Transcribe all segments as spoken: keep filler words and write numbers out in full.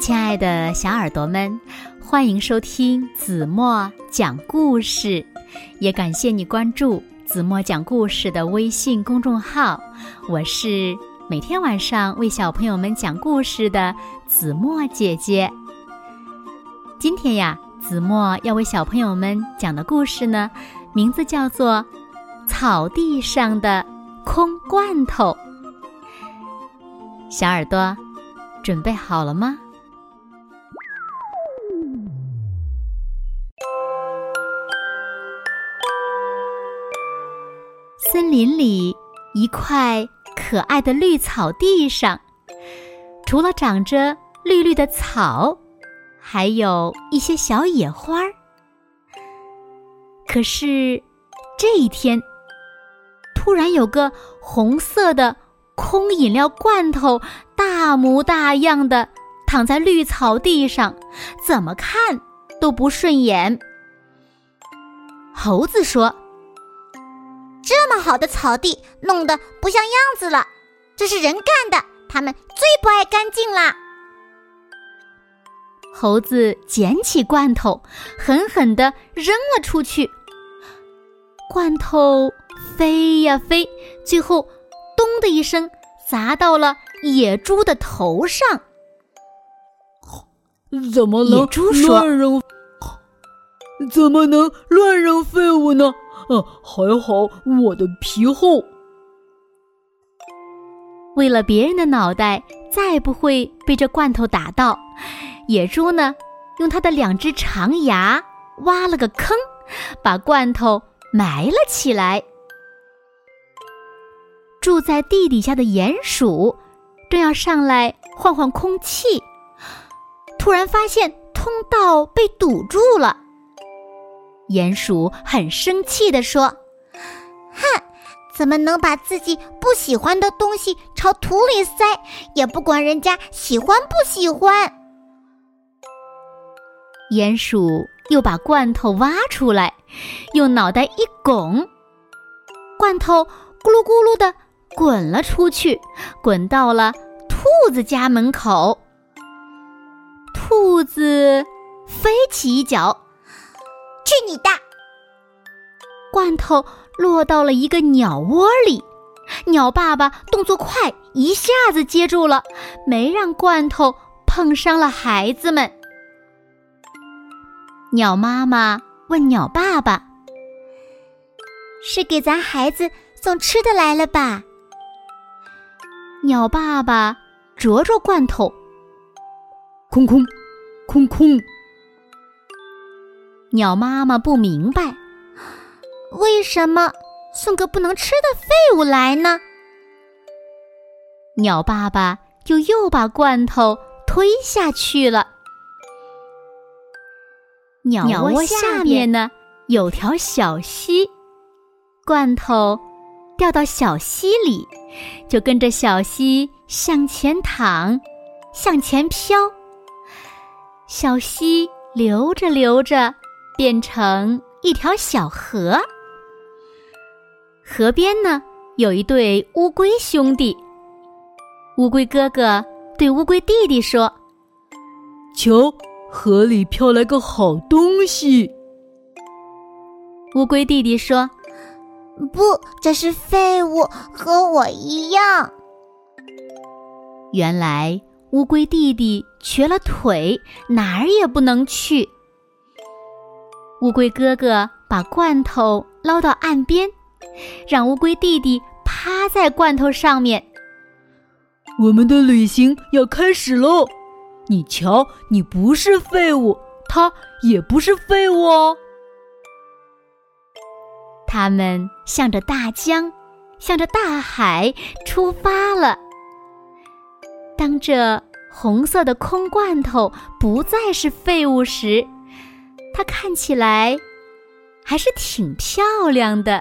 亲爱的小耳朵们，欢迎收听子墨讲故事，也感谢你关注子墨讲故事的微信公众号。我是每天晚上为小朋友们讲故事的子墨姐姐。今天呀，子墨要为小朋友们讲的故事呢，名字叫做草地上的空罐头。小耳朵准备好了吗？森林里一块可爱的绿草地上，除了长着绿绿的草，还有一些小野花儿。可是这一天，突然有个红色的空饮料罐头大模大样的躺在绿草地上，怎么看都不顺眼。猴子说： 这么好的草地弄得不像样子了，这是人干的，他们最不爱干净啦。 猴子捡起罐头，狠狠地扔了出去。罐头飞呀飞，最后咚的一声砸到了野猪的头上。 怎么能乱扔？怎么能乱扔废物呢？啊，还好我的皮厚。 为了别人的脑袋再不会被这罐头打到，野猪呢，用它的两只长牙挖了个坑，把罐头埋了起来。住在地底下的鼹鼠正要上来换换空气，突然发现通道被堵住了。鼹鼠很生气地说： 哼，怎么能把自己不喜欢的东西朝土里塞，也不管人家喜欢不喜欢。 鼹鼠又把罐头挖出来，用脑袋一拱，罐头咕噜咕噜地滚了出去，滚到了兔子家门口。兔子飞起一脚， 去你的！ 罐头落到了一个鸟窝里，鸟爸爸动作快，一下子接住了，没让罐头碰伤了孩子们。鸟妈妈问鸟爸爸： 是给咱孩子送吃的来了吧？ 鸟爸爸啄啄罐头， 空空空空。 鸟妈妈不明白， 为什么送个不能吃的废物来呢？ 鸟爸爸就又把罐头推下去了。鸟窝下面呢，有条小溪，罐头掉到小溪里，就跟着小溪向前淌，向前飘。小溪流着流着，变成一条小河。河边呢，有一对乌龟兄弟。乌龟哥哥对乌龟弟弟说： 瞧，河里飘来个好东西。 乌龟弟弟说： 不，这是废物，和我一样。 原来乌龟弟弟瘸了腿，哪儿也不能去。乌龟哥哥把罐头捞到岸边，让乌龟弟弟趴在罐头上面。 我们的旅行要开始喽！你瞧，你不是废物，他也不是废物哦。 他们向着大江，向着大海出发了。当这红色的空罐头不再是废物时，它看起来还是挺漂亮的。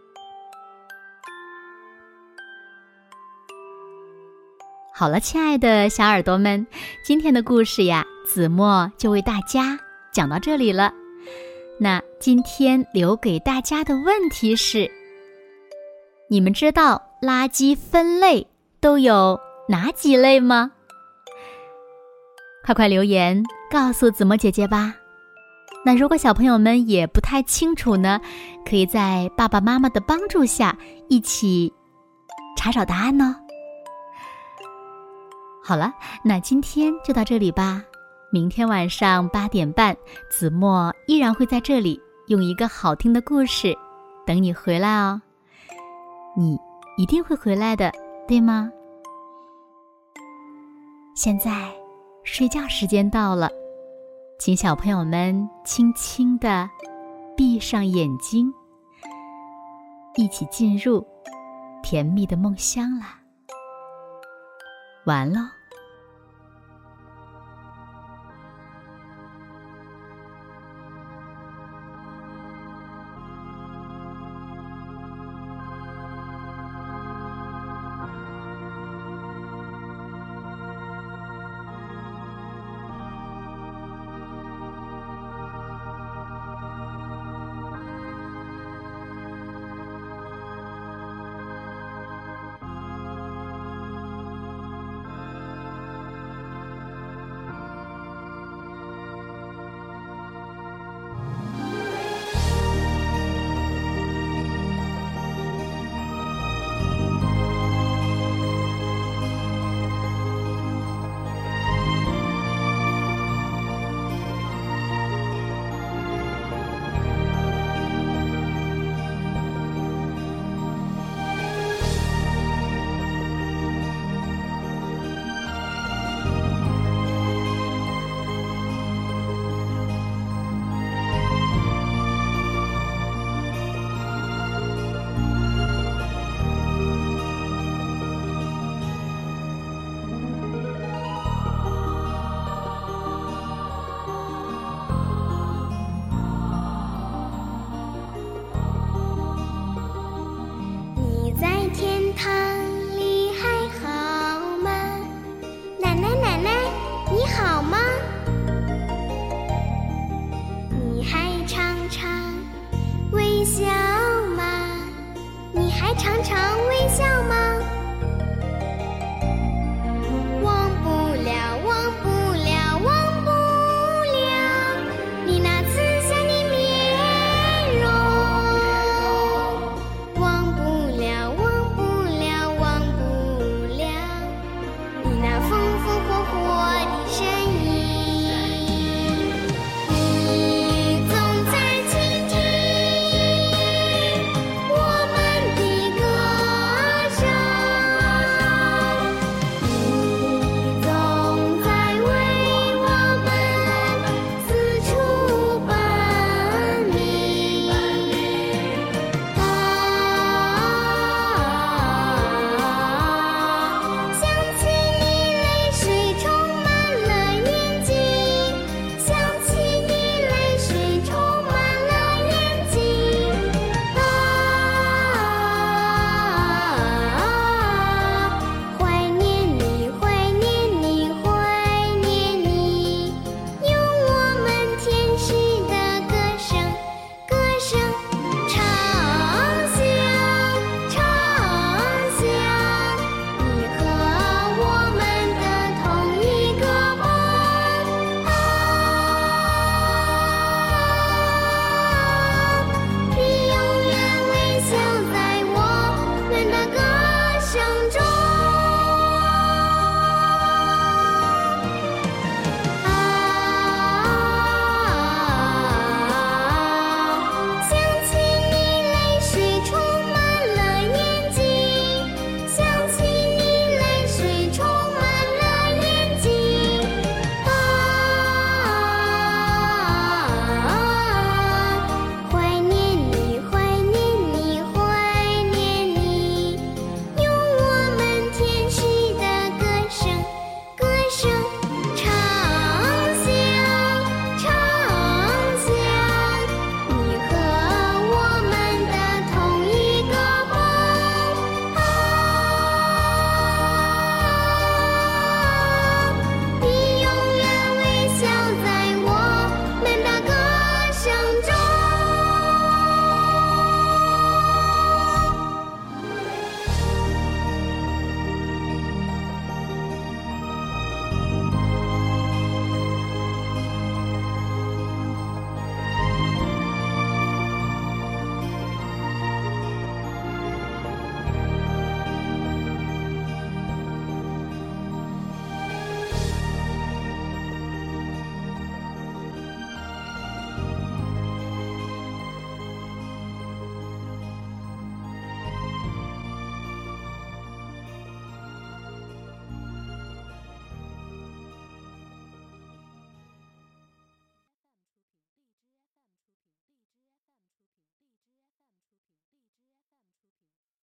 好了，亲爱的小耳朵们，今天的故事呀，子墨就为大家讲到这里了。那今天留给大家的问题是：你们知道垃圾分类都有哪几类吗？ 快快留言告诉子墨姐姐吧。那如果小朋友们也不太清楚呢，可以在爸爸妈妈的帮助下一起查找答案哦。好了，那今天就到这里吧。明天晚上八点半，子墨依然会在这里用一个好听的故事等你回来哦。你一定会回来的，对吗？现在睡觉时间到了，请小朋友们轻轻地闭上眼睛，一起进入甜蜜的梦乡啦。晚安喽。